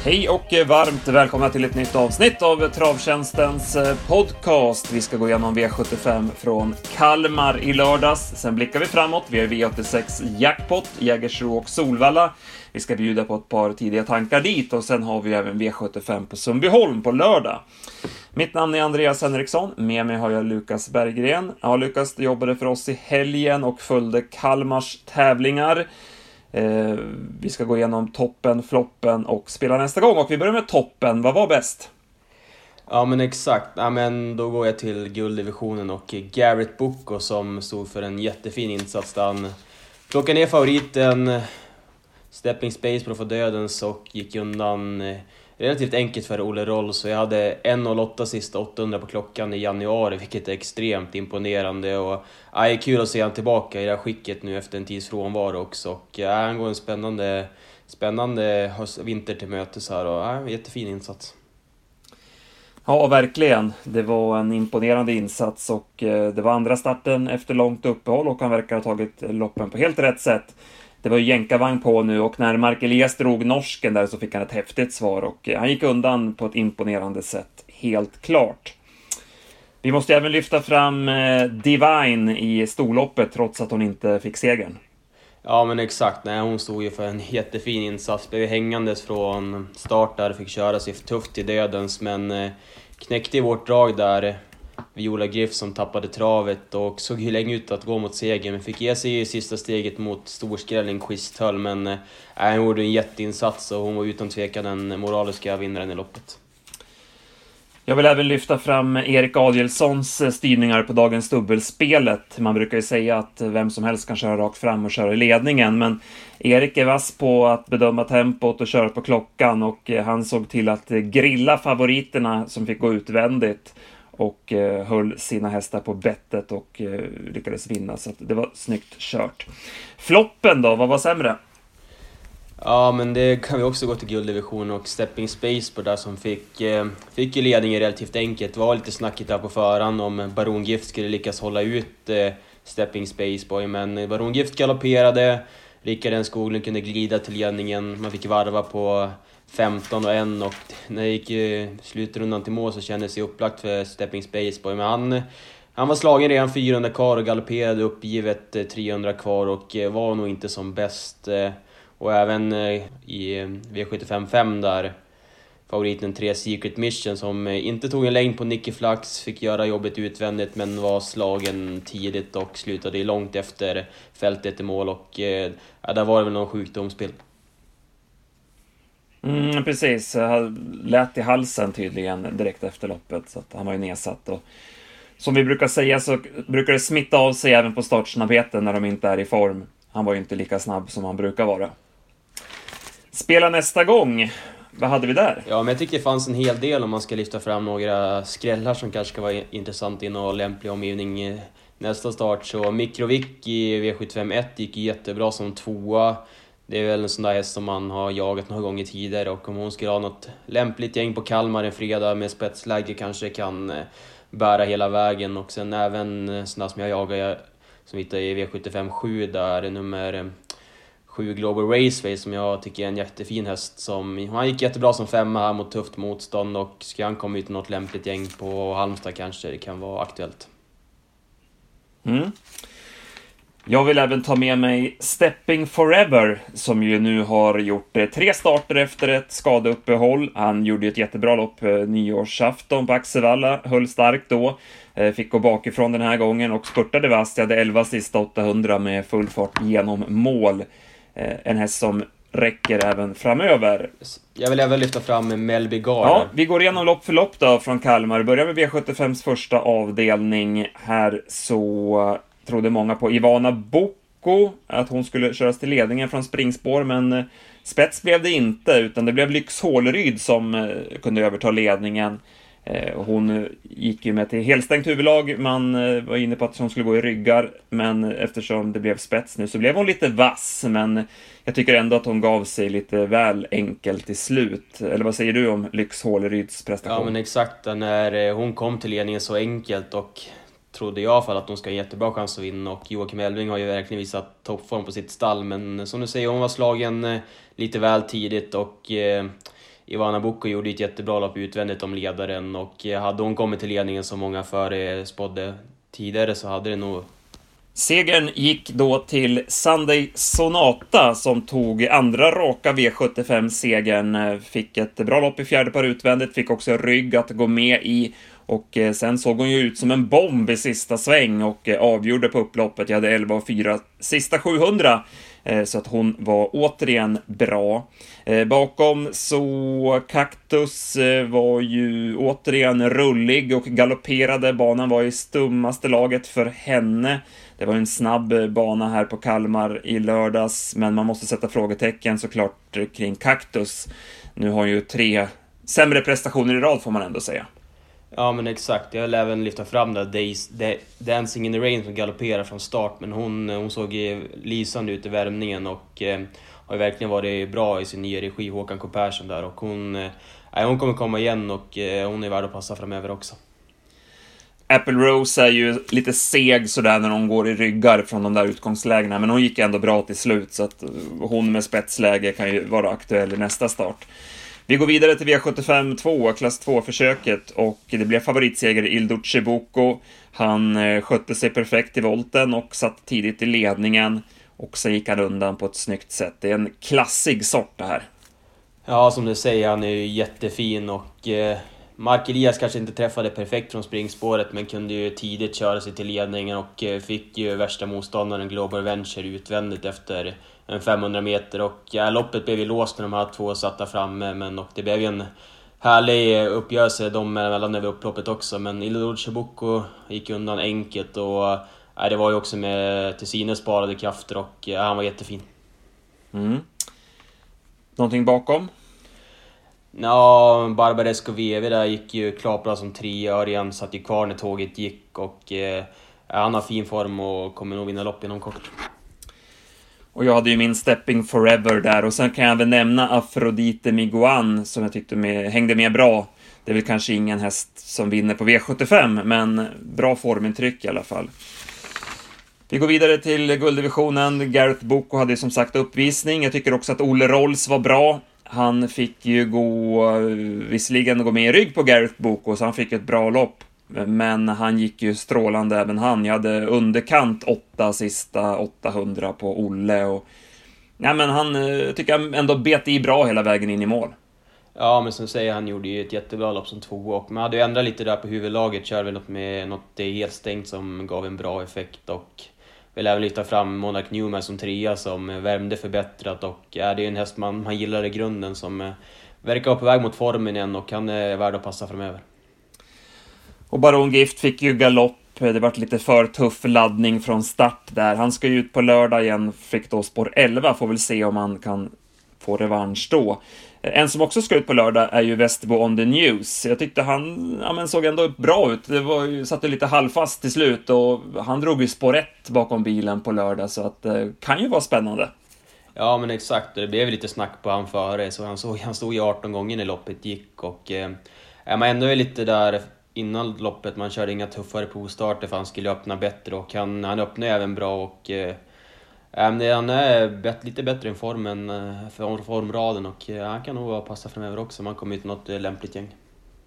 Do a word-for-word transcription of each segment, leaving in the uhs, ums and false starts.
Hej och varmt välkomna till ett nytt avsnitt av Travtjänstens podcast. Vi ska gå igenom V sjuttiofem från Kalmar i lördags. Sen blickar vi framåt. Vi är V åttiosex Jackpot, Jägersro och Solvalla. Vi ska bjuda på ett par tidiga tankar dit och sen har vi även V sjuttiofem på Sundbyholm på lördag. Mitt namn är Andreas Henriksson. Med mig har jag Lukas Berggren. Ja, Lukas, du jobbade för oss i helgen och följde Kalmars tävlingar. Eh, vi ska gå igenom toppen, floppen och spela nästa gång. Och vi börjar med toppen. Vad var bäst? Ja men exakt, ja, men då går jag till gulddivisionen och Garrett Boko som stod för en jättefin insats där han plockade ner favoriten Stepping Space på för dödens och gick undan eh, relativt enkelt för Olle Roll. Så jag hade en noll åtta sista åttahundra på klockan i januari, vilket är extremt imponerande. Och ja, det är kul att se han tillbaka i det här skicket nu efter en tids frånvaro också. Och ja, han går en spännande, spännande vinter till mötes här och ja, jättefin insats. Ja, verkligen. Det var en imponerande insats och eh, det var andra starten efter långt uppehåll och han verkar ha tagit loppen på helt rätt sätt. Det var ju jänkarvagn på nu och när Mark Elias drog norsken där så fick han ett häftigt svar och han gick undan på ett imponerande sätt, helt klart. Vi måste även lyfta fram Divine i storloppet trots att hon inte fick segern. Ja men exakt, nej, hon stod ju för en jättefin insats, blev hängandes från start där, fick köra sig tufft till dödens men knäckte i vårt drag där. Viola Griff som tappade travet och såg ju länge ut att gå mot seger men fick ge sig i sista steget mot storskrälling Quisthöll men äh, hon gjorde en jätteinsats och hon var utan tvekan den moraliska vinnaren i loppet. Jag vill även lyfta fram Erik Adielssons styrningar på dagens dubbelspelet. Man brukar ju säga att vem som helst kan köra rakt fram och köra i ledningen men Erik är vass på att bedöma tempot och köra på klockan och han såg till att grilla favoriterna som fick gå utvändigt och eh, höll sina hästar på bettet och eh, lyckades vinna, så att det var snyggt kört. Floppen då, vad var sämre? Ja men det kan vi också gå till gulddivision och Stepping Space på där som fick, eh, fick ju ledningen relativt enkelt. Det var lite snackigt där på förhand om Baron Gift skulle lyckas hålla ut eh, Stepping Space Boy, men Baron Gift galopperade, Rickard N. Skoglund kunde glida till ledningen, man fick varva på femton och en och när det gick slutrundan till mål så kändes det upplagt för Stepping Space Boy, men han, han var slagen redan fyrahundra kvar och galopperade uppgivet trehundra kvar och var nog inte som bäst. Och även i V sjuttiofem fem där favoriten tre Secret Mission som inte tog en längd på Nicky Flax, fick göra jobbet utvändigt men var slagen tidigt och slutade långt efter fältet i mål och ja, där var det väl någon sjukdomsspill. Mm, precis, lät i halsen tydligen direkt efter loppet så att han var ju nedsatt och som vi brukar säga så brukar det smitta av sig även på startsnabbheten när de inte är i form. Han var ju inte lika snabb som han brukar vara. Spela nästa gång. Vad hade vi där? Ja, men jag tycker det fanns en hel del om man ska lyfta fram några skrällar som kanske ska vara intressant i någon lämplig omgivning nästa start. Så Mikrovic i V sjuttiofem ett gick jättebra som tvåa. Det är väl en sån där häst som man har jagat några gånger tidigare och om hon skulle ha något lämpligt gäng på Kalmar en fredag med spetsläge kanske kan bära hela vägen. Och sen även sådana som jag jagar som hittar i V sjuttiofem sju där nummer sju Global Raceway som jag tycker är en jättefin häst. Som, han gick jättebra som femma här mot tufft motstånd och ska han komma ut något lämpligt gäng på Halmstad kanske det kan vara aktuellt. Mm. Jag vill även ta med mig Stepping Forever som ju nu har gjort eh, tre starter efter ett skadeuppehåll. Han gjorde ett jättebra lopp eh, nyårsafton på Axevalla, höll starkt då. Eh, fick gå bakifrån den här gången och spurtade vast. Jag hade elva sista åttahundra med full fart genom mål. Eh, en häst som räcker även framöver. Jag vill även lyfta fram Melby Gar. Ja, vi går igenom lopp för lopp då från Kalmar. Börjar med V sjuttiofems första avdelning. Här så trodde många på Ivana Boko att hon skulle köras till ledningen från springspår, men spets blev det inte utan det blev Lyx Håleryd som kunde överta ledningen. Hon gick ju med till helstängt huvudlag, man var inne på att hon skulle gå i ryggar, men eftersom det blev spets nu så blev hon lite vass, men jag tycker ändå att hon gav sig lite väl enkelt i slut. Eller vad säger du om Lyx Håleryds prestation? Ja men exakt, när hon kom till ledningen så enkelt och trodde jag i alla fall att hon ska ha en jättebra chans att vinna och Joakim Elving har ju verkligen visat toppform på sitt stall, men som du säger hon var slagen lite väl tidigt och eh, Ivana Bocco gjorde ett jättebra lopp utvändigt om ledaren, och hade hon kommit till ledningen som många före spådde tidigare så hade det nog... Segern gick då till Sunday Sonata som tog andra raka V sjuttiofem-segern. Fick ett bra lopp i fjärde par utvändigt, fick också rygg att gå med i. Och sen såg hon ju ut som en bomb i sista sväng och avgjorde på upploppet. Jag hade elva och fyra sista sjuhundra. Så att hon var återigen bra. Bakom så Cactus var ju återigen rullig och galopperade. Banan var i stummaste laget för henne. Det var en snabb bana här på Kalmar i lördags, men man måste sätta frågetecken såklart kring Cactus. Nu har ju tre sämre prestationer i rad får man ändå säga. Ja men exakt, jag vill även lyfta fram där Days, Dancing in the Rain som galopperar från start, men hon, hon såg lysande ut i värmningen och eh, har verkligen varit bra i sin nya regi, Håkan K. Persson där, och hon, eh, hon kommer komma igen och eh, hon är värd att passa framöver också. Apple Rose är ju lite seg sådär när hon går i ryggar från de där utgångslägena, men hon gick ändå bra till slut, så att hon med spetsläge kan ju vara aktuell i nästa start. Vi går vidare till V sjuttiofem två, klass två-försöket, och det blev favoritseger Il Duce Bocco. Han eh, skötte sig perfekt i volten och satt tidigt i ledningen, och så gick han undan på ett snyggt sätt. Det är en klassig sort det här. Ja, som du säger, han är ju jättefin, och eh, Mark Elias kanske inte träffade perfekt från springspåret, men kunde ju tidigt köra sig till ledningen och eh, fick ju värsta motståndaren Global Venture utvändigt efter en femhundra meter, och ja, loppet blev ju låst när de här två satta framme, men och det blev ju en härlig uppgörelse de mellan över upploppet också, men Il Duce Bocco gick undan enkelt, och ja, det var ju också med till sina sparade krafter, och ja, han var jättefin. Mm. Någonting bakom? Ja, Barbaresco V V där gick ju klart bra som tre. Örjan satt ju kvar när tåget gick, och eh, han har fin form och kommer nog vinna lopp inom kort. Och jag hade ju min Stepping Forever där, och sen kan jag väl nämna Afrodite Miguan som jag tyckte med, hängde med bra. Det är väl kanske ingen häst som vinner på V sjuttiofem, men bra formintryck i alla fall. Vi går vidare till gulddivisionen. Gareth Bocco hade ju som sagt uppvisning. Jag tycker också att Olle Rolls var bra. Han fick ju gå, visserligen gå med i rygg på Gareth Bocco, så han fick ett bra lopp. Men han gick ju strålande även han. Jag hade underkant åtta sista åttahundra på Olle. Och, ja, men han tycker jag ändå bet i bra hela vägen in i mål. Ja, men som säger, han gjorde ju ett jättebra lopp som två, och man hade ju ändrat lite där på huvudlaget. Kör väl något med något helt stängt som gav en bra effekt, och vill även lyfta fram Monarch Newman som trea som värmde förbättrat, och ja, det är en häst man, man gillar i grunden som verkar vara på väg mot formen igen, och han är värd att passa framöver. Och Baron Gift fick ju galopp. Det var lite för tuff laddning från start där. Han ska ju ut på lördag igen, fick då spår elva. Får väl se om han kan få revansch då. En som också ska ut på lördag är ju Västerbo on the News. Jag tyckte han ja, men såg ändå bra ut. Det var ju, satt ju lite halvfast till slut, och han drog ju spår ett bakom bilen på lördag, så att det kan ju vara spännande. Ja, men exakt. Det blev lite snack på han före, så han, såg, han stod ju arton gånger när loppet gick, och eh, man ändå är lite där innan loppet. Man körde inga tuffare provstarter för han skulle öppna bättre, och han, han öppnade även bra, och eh, han är bet, lite bättre än formen för formraden, och eh, han kan nog passa framöver också om han kommer ut något eh, lämpligt gäng.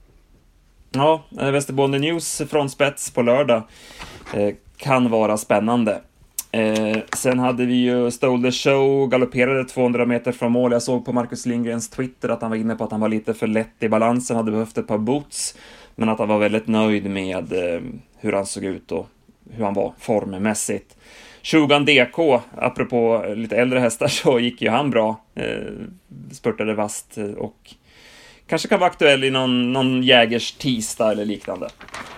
Ja, Västerbonde News från spets på lördag eh, kan vara spännande. Eh, sen hade vi ju Stole the Show, galopperade tvåhundra meter från mål. Jag såg på Marcus Lindgrens Twitter att han var inne på att han var lite för lätt i balansen, hade behövt ett par boots, men att han var väldigt nöjd med eh, hur han såg ut och hur han var formmässigt. Shogun D K, apropå lite äldre hästar, så gick ju han bra, eh, spurtade vast, och kanske kan vara aktuell i någon, någon jägers tisdag eller liknande.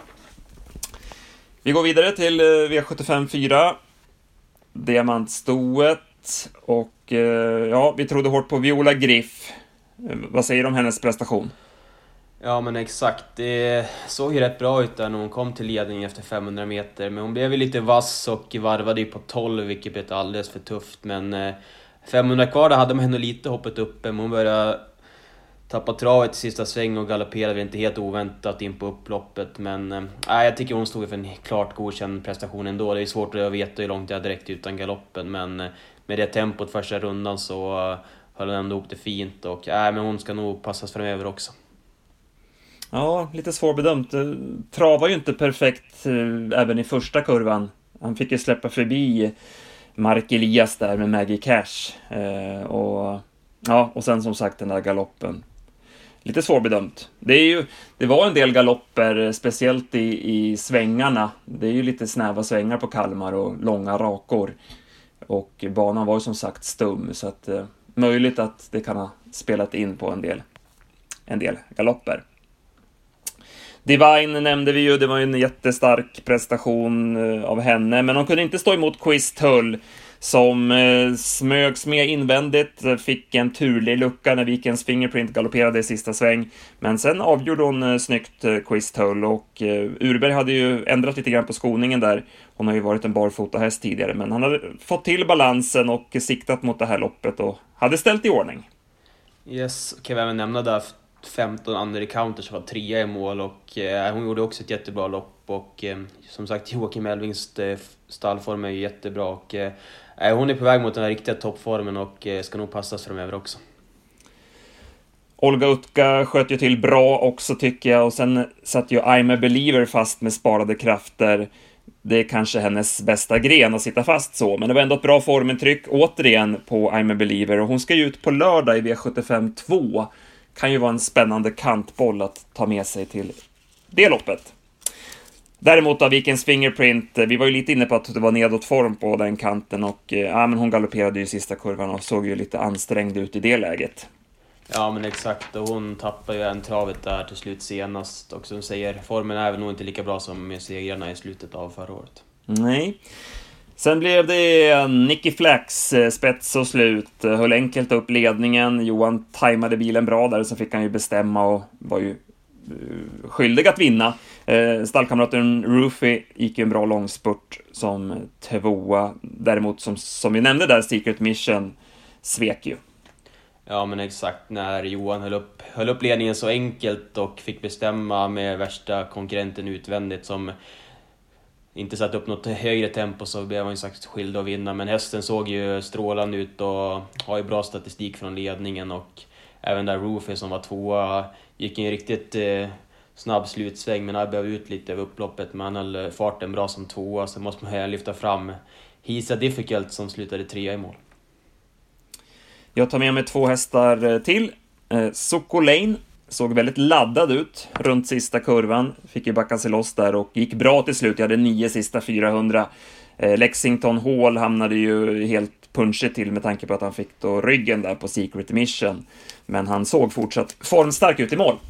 Vi går vidare till V sjuttiofem fyra, Diamantstoet, och eh, ja, vi trodde hårt på Viola Griff. Eh, vad säger du om hennes prestation? Ja, men exakt. Det såg ju rätt bra ut där när hon kom till ledningen efter femhundra meter. Men hon blev ju lite vass och varvade ju på tolv, vilket blev alldeles för tufft. Men femhundra kvar, där hade man ändå lite hoppet uppe. Men hon började tappa travet i sista sväng och galopperade inte helt oväntat in på upploppet. Men äh, jag tycker hon stod för en klart godkänd prestation ändå. Det är svårt att veta hur långt jag direkt utan galoppen. Men med det tempot första rundan så höll ändå ihop det fint och äh, men hon ska nog passas framöver också. Ja, lite svårbedömt. Travar ju inte perfekt även i första kurvan. Han fick ju släppa förbi Mark Elias där med Maggie Cash. Eh, och, ja, och sen som sagt den där galoppen. Lite svårbedömt. Det, är ju, det var en del galopper, speciellt i, i svängarna. Det är ju lite snäva svängar på Kalmar och långa rakor. Och banan var ju som sagt stum, så att eh, möjligt att det kan ha spelat in på en del, en del galopper. Divine nämnde vi ju, det var ju en jättestark prestation av henne, men hon kunde inte stå emot Quiz Tull som eh, smögs med invändigt, fick en turlig lucka när Vikens Fingerprint galopperade i sista sväng, men sen avgjorde hon eh, snyggt eh, Quiz Tull och eh, Urberg hade ju ändrat lite grann på skoningen där. Hon har ju varit en barfota häst tidigare, men han hade fått till balansen och siktat mot det här loppet och hade ställt i ordning. Yes, kan vi även nämna där femton andra counter som var trea i mål och eh, hon gjorde också ett jättebra lopp och eh, som sagt Joakim Elvings eh, stallform är ju jättebra och eh, hon är på väg mot den här riktiga toppformen och eh, ska nog passas framöver också. Olga Utka sköt ju till bra också tycker jag och sen satt ju I'm a Believer fast med sparade krafter. Det är kanske hennes bästa gren att sitta fast så, men det var ändå ett bra formintryck återigen på I'm a Believer och hon ska ju ut på lördag i V sjuttiofem två. Kan ju vara en spännande kantboll att ta med sig till det loppet. Däremot av Vikens Fingerprint, vi var ju lite inne på att det var nedåt form på den kanten och ja, men hon galopperade ju i sista kurvan och såg ju lite ansträngd ut i det läget. Ja men exakt, och hon tappar ju en travet där till slut senast och som säger, formen är väl nog inte lika bra som med segrarna i slutet av förra året. Nej. Sen blev det Nicky Flax spets och slut, höll enkelt upp ledningen, Johan tajmade bilen bra där så fick han ju bestämma och var ju uh, skyldig att vinna. Uh, stallkamraten Rufy gick ju en bra långspurt som tvåa, däremot som, som vi nämnde där, Secret Mission svek ju. Ja men exakt, när Johan höll upp, höll upp ledningen så enkelt och fick bestämma med värsta konkurrenten utvändigt som inte satt upp något högre tempo så blev han ju sagt skild att vinna. Men hästen såg ju strålande ut och har ju bra statistik från ledningen och även där Rufy som var tvåa gick en riktigt eh, snabb slutsväng men han behöver ut lite över upploppet men han höll farten bra som tvåa så måste man lyfta fram Hisa Difficult som slutade trea i mål. Jag tar med mig två hästar till. Eh, Soko Lane såg väldigt laddad ut runt sista kurvan. Fick ju backa sig loss där och gick bra till slut. Jag hade nio sista fyrahundra. Eh, Lexington Hall hamnade ju helt punchigt till med tanke på att han fick då ryggen där på Secret Mission. Men han såg fortsatt formstark ut i mål.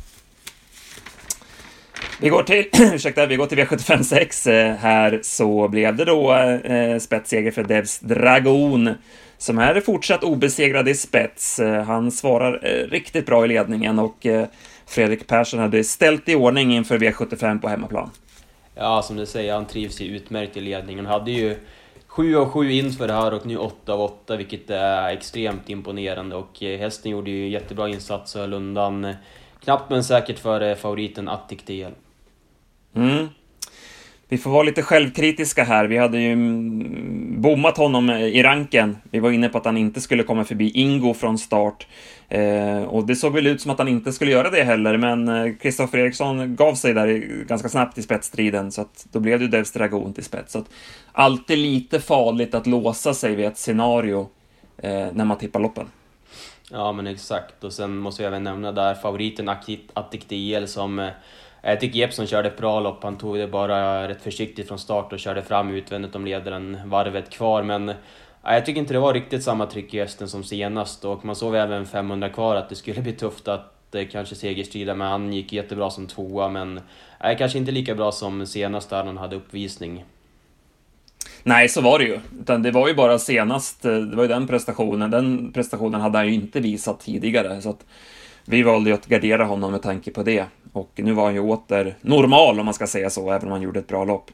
Vi går till, ursäkta, vi går till V sjuttiofem sex. Eh, här så blev det då eh, spetsseger för Devs Dragon som är fortsatt obesegrad i spets. Han svarar eh, riktigt bra i ledningen och eh, Fredrik Persson hade ställt i ordning inför V sjuttiofem på hemmaplan. Ja, som du säger, han trivs ju utmärkt i ledningen. Han hade ju sju av sju inför det här och nu åtta av åtta, vilket är extremt imponerande. Och eh, hästen gjorde ju jättebra insats och höll undan eh, knappt men säkert för eh, favoriten Attic D L. Mm. Vi får vara lite självkritiska här. Vi hade ju bommat honom i ranken. Vi var inne på att han inte skulle komma förbi Ingo från start. Eh, och det såg väl ut som att han inte skulle göra det heller. Men Kristoffer Eriksson gav sig där ganska snabbt i spetsstriden. Så att då blev det Devs Dragon till spets. Så att alltid lite farligt att låsa sig vid ett scenario eh, när man tippar loppen. Ja men exakt. Och sen måste jag även nämna där favoriten Attic D L som... Jag tycker Jeppson körde ett bra lopp, han tog det bara rätt försiktigt från start och körde fram utvändigt om ledaren varvet kvar. Men jag tycker inte det var riktigt samma tryck i hästen som senast och man såg även femhundra kvar att det skulle bli tufft att kanske segerstrida, men han gick jättebra som tvåa men är kanske inte lika bra som senast där han hade uppvisning. Nej, så var det ju. Utan det var ju bara senast, det var ju den prestationen, den prestationen hade han ju inte visat tidigare så att vi valde ju att gardera honom med tanke på det. Och nu var han ju åter normal om man ska säga så, även om han gjorde ett bra lopp.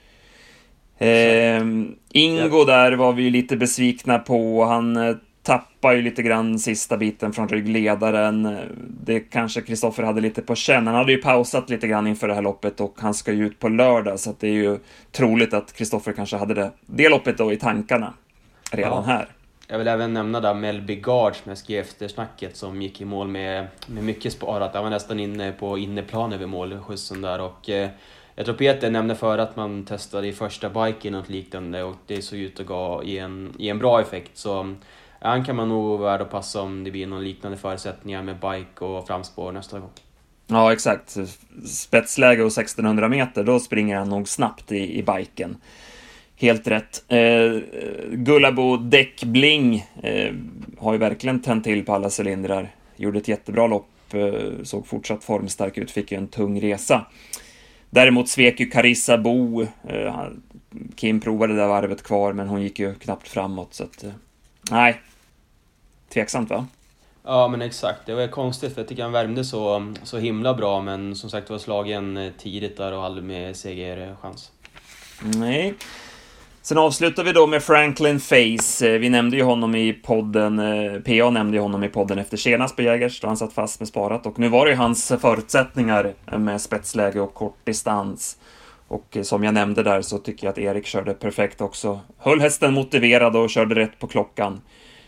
Eh, Ingo där var vi ju lite besvikna på. Han eh, tappade ju lite grann sista biten från ryggledaren. Det kanske Kristoffer hade lite på känn. Han hade ju pausat lite grann inför det här loppet och han ska ju ut på lördag. Så att det är ju troligt att Kristoffer kanske hade det, det loppet då i tankarna redan ja. här. Jag vill även nämna där Melby Gard som jag skrev efter snacket, som gick i mål med, med mycket sparat. Han var nästan inne på inneplan över målskjutsen där, och eh, jag tror Peter nämnde för att man testade i första biken och liknande, och det såg ut att gå i en, i en bra effekt. Så han kan man nog värd att passa om det blir någon liknande förutsättningar med bike och framspår nästa gång. Ja, exakt. Spetsläge och sextonhundra meter, då springer han nog snabbt i, i biken. Helt rätt. Eh, Gullabo Däckbling eh, har ju verkligen tänt till på alla cylindrar. Gjorde ett jättebra lopp, eh, såg fortsatt formstark ut, fick ju en tung resa. Däremot svek ju Carissa Bo. Eh, Kim provade det där varvet kvar, men hon gick ju knappt framåt. Så att, eh, nej, tveksamt va? Ja, men exakt. Det var konstigt, för jag tycker han värmde så, så himla bra, men som sagt var slagen tidigt där och aldrig med segerchans. Nej. Sen avslutar vi då med Franklin Face. Vi nämnde ju honom i podden, P A nämnde ju honom i podden efter senast på Jägers, då han satt fast med sparat. Och nu var det ju hans förutsättningar med spetsläge och kort distans. Och som jag nämnde där så tycker jag att Erik körde perfekt också. Höll hästen motiverad och körde rätt på klockan.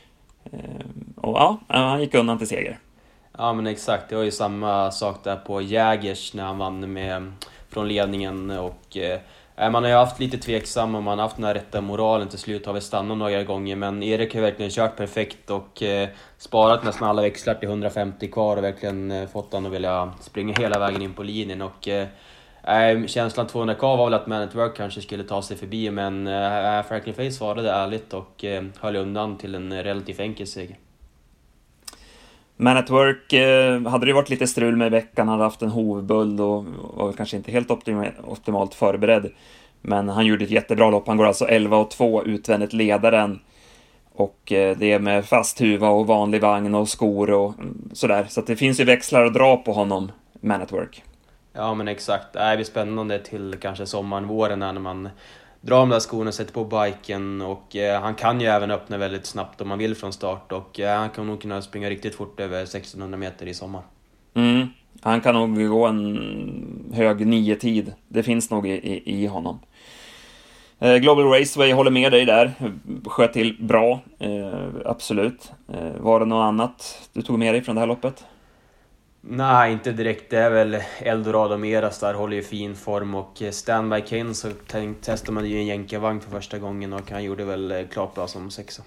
Och ja, han gick undan till seger. Ja, men exakt. Det var ju samma sak där på Jägers när han vann med, från ledningen. Och eh, man har ju haft lite tveksam om man har haft den här rätta moralen till slut, har vi stannat några gånger. Men Erik har verkligen kört perfekt och eh, sparat nästan alla växlar till hundrafemtio kvar och verkligen eh, fått han att vilja springa hela vägen in på linjen. Och eh, känslan tvåhundra K var väl att Man at Work kanske skulle ta sig förbi, men äh, Franklin Face svarade ärligt och äh, höll undan till en relativt enkel seger. Man at Work eh, hade det varit lite strul med i veckan, hade haft en hovböld och var kanske inte helt optim- optimalt förberedd, men han gjorde ett jättebra lopp. Han går alltså elva och två utvändigt ledaren, och eh, det är med fast huva och vanlig vagn och skor och sådär, så att det finns ju växlar att dra på honom, Man at Work. Ja, men exakt. Det är spännande till kanske sommaren, våren när man drar de där skorna och sätter på biken, och eh, han kan ju även öppna väldigt snabbt om man vill från start, och eh, han kan nog kunna springa riktigt fort över sextonhundra meter i sommar. Mm. Han kan nog gå en hög nio tid. Det finns nog i, i, i honom. Eh, Global Raceway håller med dig där. Sköt till bra, eh, absolut. Eh, var det något annat du tog med dig från det här loppet? Nej, inte direkt. Det är väl Eldorado Meras där, håller ju fin form, och Standby Kane så tänkt, testade man ju en jänkarvagn för första gången, och han gjorde väl klart bra som sexa.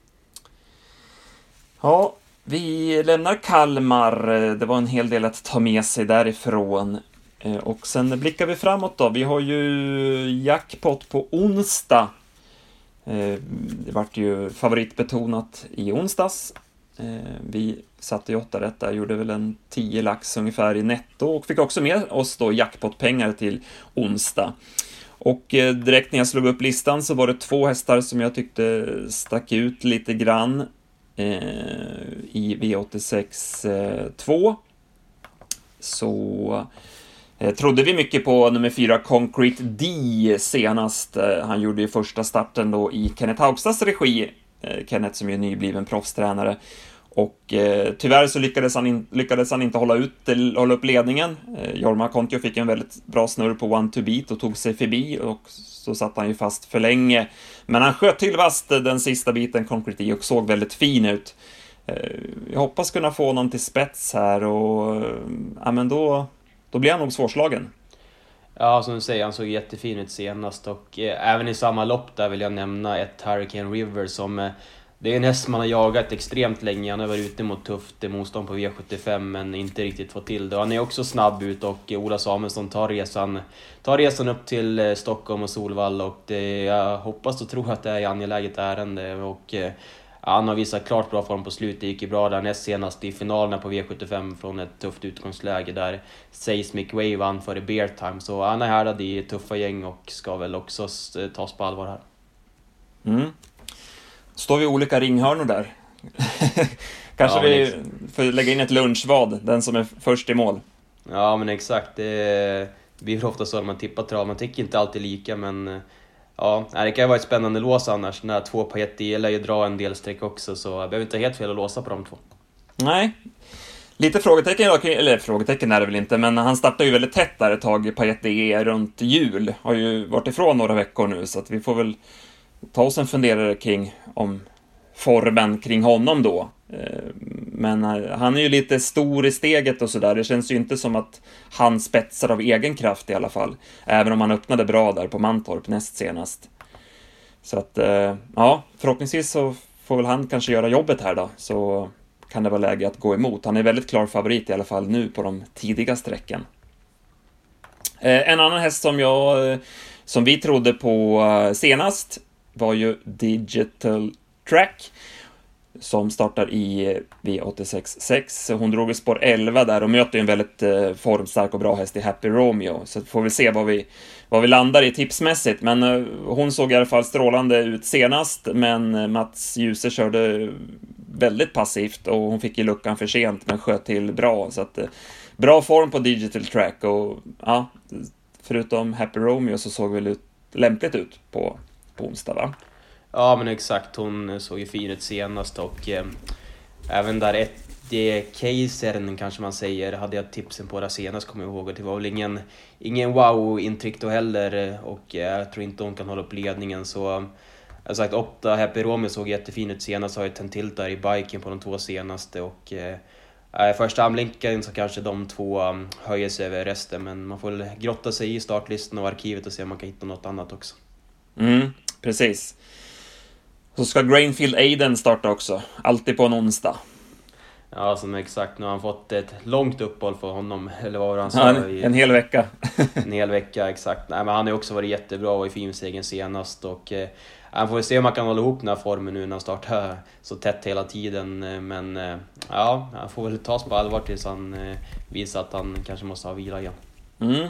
Ja, vi lämnar Kalmar. Det var en hel del att ta med sig därifrån. Och sen blickar vi framåt då. Vi har ju jackpot på onsdag. Det vart ju favoritbetonat i onsdags. Vi satte ju åtta rätt där, gjorde väl en tio lax ungefär i netto, och fick också med oss då jackpotpengar till onsdag. Och direkt när jag slog upp listan så var det två hästar som jag tyckte stack ut lite grann eh, i V åttiosex två. Så eh, trodde vi mycket på nummer fyra Concrete D senast. Eh, han gjorde ju första starten då i Kenneth Haugstads regi. Eh, Kenneth som är nybliven proffstränare. Och eh, tyvärr så lyckades han, in, lyckades han inte hålla, ut, hålla upp ledningen. Eh, Jorma Kontio fick en väldigt bra snurr på one to beat och tog sig förbi, och så satt han ju fast för länge. Men han sköt till vast den sista biten Concrete D och såg väldigt fin ut. Eh, jag hoppas kunna få någon till spets här, och ja, men då, då blir han nog svårslagen. Ja, som du säger, han såg jättefin ut senast, och eh, även i samma lopp där vill jag nämna ett Hurricane River som eh, det är en häst man har jagat extremt länge. Han har varit ute mot tufft motstånd på V sjuttiofem men inte riktigt fått till det. Han är också snabb ut, och Ola Samuelsson tar resan, tar resan upp till Stockholm och Solvalla, och det, jag hoppas och tror att det är angeläget ärende, och eh, han har visat klart bra form på slutet. Det gick ju bra där näst senast i finalerna på V sjuttiofem från ett tufft utgångsläge där Seismic Wave vann för Bear Time, så han är härdad i tuffa gäng och ska väl också tas på allvar här. Mm. Står vi olika ringhörnor där? Kanske ja, vi får lägga in ett lunchvad, den som är först i mål. Ja, men exakt. Det blir ofta så att man tippar trav. Man tycker inte alltid lika, men ja, det kan ju vara ett spännande lås annars. När två Payet lär ju dra en del streck också, så jag behöver inte helt fel att låsa på de två. Nej. Lite frågetecken, eller frågetecken är det väl inte, men han startar ju väldigt tätt där ett tag, Payet D runt jul. Har ju varit ifrån några veckor nu, så att vi får väl ta oss en funderare kring om formen kring honom då. Men han är ju lite stor i steget och sådär. Det känns ju inte som att han spetsar av egen kraft i alla fall. Även om han öppnade bra där på Mantorp näst senast. Så att, ja, förhoppningsvis så får väl han kanske göra jobbet här då. Så kan det vara läge att gå emot. Han är väldigt klar favorit i alla fall nu på de tidiga sträcken. En annan häst som jag, som vi trodde på senast var ju Digital Track, som startar i V åttiosex sex. Hon drog i spår elva där och möter en väldigt eh, formstark och bra häst i Happy Romeo. Så får vi se vad vi, vad vi landar i tipsmässigt. Men eh, hon såg i alla fall strålande ut senast. Men Mats Djuse körde väldigt passivt och hon fick i luckan för sent men sköt till bra. Så att, eh, bra form på Digital Track. Och ja, förutom Happy Romeo så såg väl ut, lämpligt ut på, på onsdag, va? Ja, men exakt. Hon såg ju fin ut senast och eh, även där ett det casern kanske man säger hade jag tipsen på det senast, kommer jag ihåg, att det var väl ingen, ingen wow-intryck då heller och eh, jag tror inte hon kan hålla upp ledningen, så jag har sagt åtta Happy Romeo såg jättefin ut senast, har ju tänt till där i biken på de två senaste och eh, första anblicken så kanske de två um, höjer sig över resten, men man får väl grotta sig i startlistan och arkivet och se om man kan hitta något annat också. Mm, precis. Så ska Grainfield Aiden starta också, alltid på en onsdag. Ja, som exakt. Nu har han fått ett långt uppehåll för honom, eller vad var han sa? Ja, en, en hel vecka. En hel vecka, exakt. Nej, men han har också varit jättebra och i finsegen senast och eh, han får se om man kan hålla ihop den här formen nu när han startar så tätt hela tiden, men eh, ja, han får väl tas på allvar tills han eh, visar att han kanske måste ha vila igen. Mm.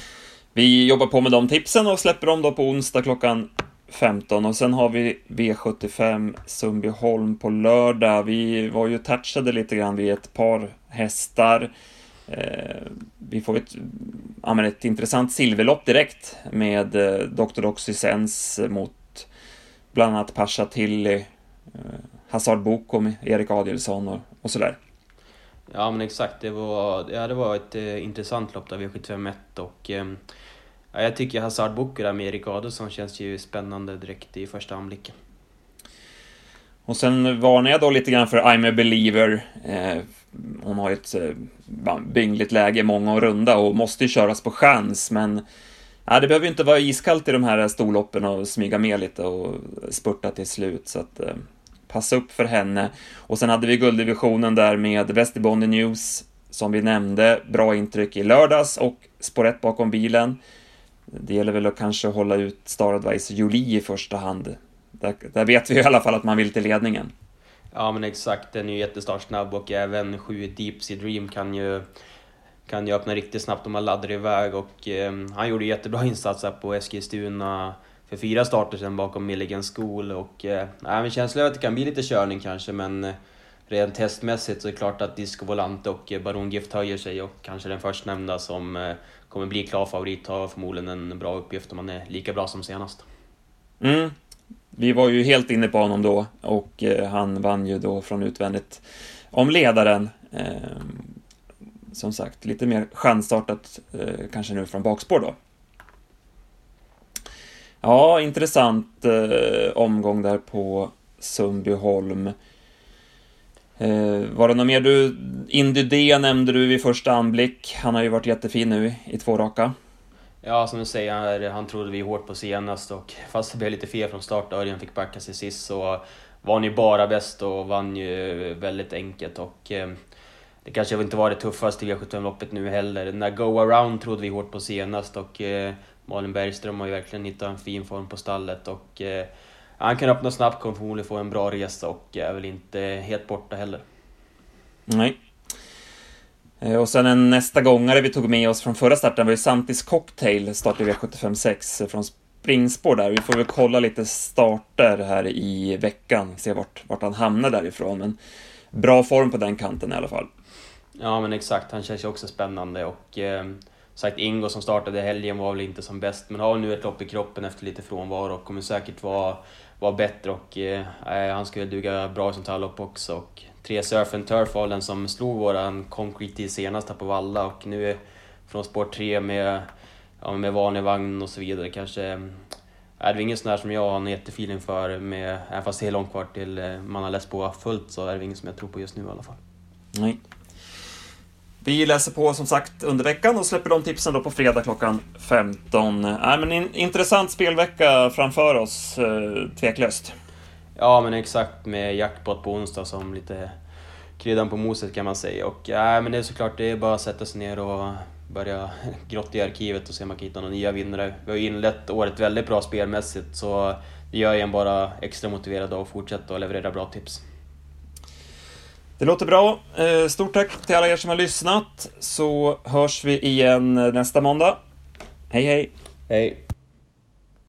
Vi jobbar på med de tipsen och släpper dem då på onsdag klockan femton, och sen har vi V sjuttiofem Sundbyholm på lördag. Vi var ju touchade lite grann vid ett par hästar. Eh, vi får ett, ja, ett intressant silverlopp direkt med eh, doktor Oxysens mot bland annat Pasha Tilly, eh, Hazard Boko med Erik Adielsson och, och sådär. Ja, men exakt, det var, ja, det var ett eh, intressant lopp där V sjuttiofem ett och eh, ja, jag tycker Hazard Boko där med Erik Adielsson känns ju spännande direkt i första anblicken. Och sen varnar jag då lite grann för I'm a Believer. Eh, hon har ju ett eh, byngligt läge, många och runda och måste ju köras på chans, men ja, det behöver ju inte vara iskallt i de här storloppen och smyga med lite och spurta till slut, så att eh, passa upp för henne. Och sen hade vi gulddivisionen där med Västerbonde News som vi nämnde, bra intryck i lördags och spår ett bakom bilen. Det gäller väl att kanske hålla ut Star Advice Jolie i första hand. Där, där vet vi i alla fall att man vill till ledningen. Ja, men exakt, den är ju jättestartsnabb och även sju Deep Sea Dream kan ju, kan ju öppna riktigt snabbt om man laddar iväg och eh, han gjorde jättebra insatser på Eskilstuna för fyra starter sedan bakom Milligan School och eh, men känslan är att det kan bli lite körning kanske, men eh, rent testmässigt så är det klart att Disco Volante och Baron Gift höjer sig och kanske den förstnämnda som eh, kommer bli klar favorit har förmodligen en bra uppgift om man är lika bra som senast. Mm. Vi var ju helt inne på honom då och eh, han vann ju då från utvändigt om ledaren. Eh, som sagt, lite mer chansstartat eh, kanske nu från bakspår då. Ja, intressant eh, omgång där på Sundbyholm. Eh, var det något mer du... Indy D nämnde du vid första anblick. Han har ju varit jättefin nu i två raka. Ja, som du säger, han trodde vi hårt på senast och fast det blev lite fel från start, Örjan fick backa sig sist, så var han ju bara bäst och vann ju väldigt enkelt och eh, det kanske inte var det tuffaste i V sjuttiofem-loppet nu heller. Den där Go Around trodde vi hårt på senast och eh, Malin Bergström har ju verkligen hittat en fin form på stallet och eh, han kan öppna snabbt, kommer förmodligen få en bra resa och är väl inte helt borta heller. Nej. Och sen en nästa gångare vi tog med oss från förra starten var ju Santis Cocktail, start i V sjuttiofem sex från springspår där. Vi får väl kolla lite starter här i veckan, se vart, vart han hamnar därifrån, men bra form på den kanten i alla fall. Ja, men exakt, han känns ju också spännande och eh, sagt Ingo som startade helgen var väl inte som bäst, men har nu ett lopp i kroppen efter lite frånvaro och kommer säkert vara, vara bättre och eh, han skulle duga bra som tallopp också. Och tre Surf and Turf var den som slog våran Concrete i senast här på Valla och nu är från spår tre med, ja, med vanlig vagn och så vidare kanske är det ingen sån här som jag har en jättefeeling för, med, även fast det är långt kvar till man har läst på fullt, så är det ingen som jag tror på just nu i alla fall. Nej. Vi läser på som sagt under veckan och släpper de tipsen då på fredag klockan femton. Äh, men en intressant spelvecka framför oss, eh, tveklöst. Ja, men exakt, med jackpot på onsdag som lite kryddan på moset kan man säga. Och ja, men det är såklart, det är bara att sätta sig ner och börja grotta i arkivet och se om man kan hitta några nya vinnare. Vi har inlett året väldigt bra spelmässigt, så det gör en bara extra motiverad att fortsätta och leverera bra tips. Det låter bra. Stort tack till alla er som har lyssnat, så hörs vi igen nästa måndag. Hej hej! Hej!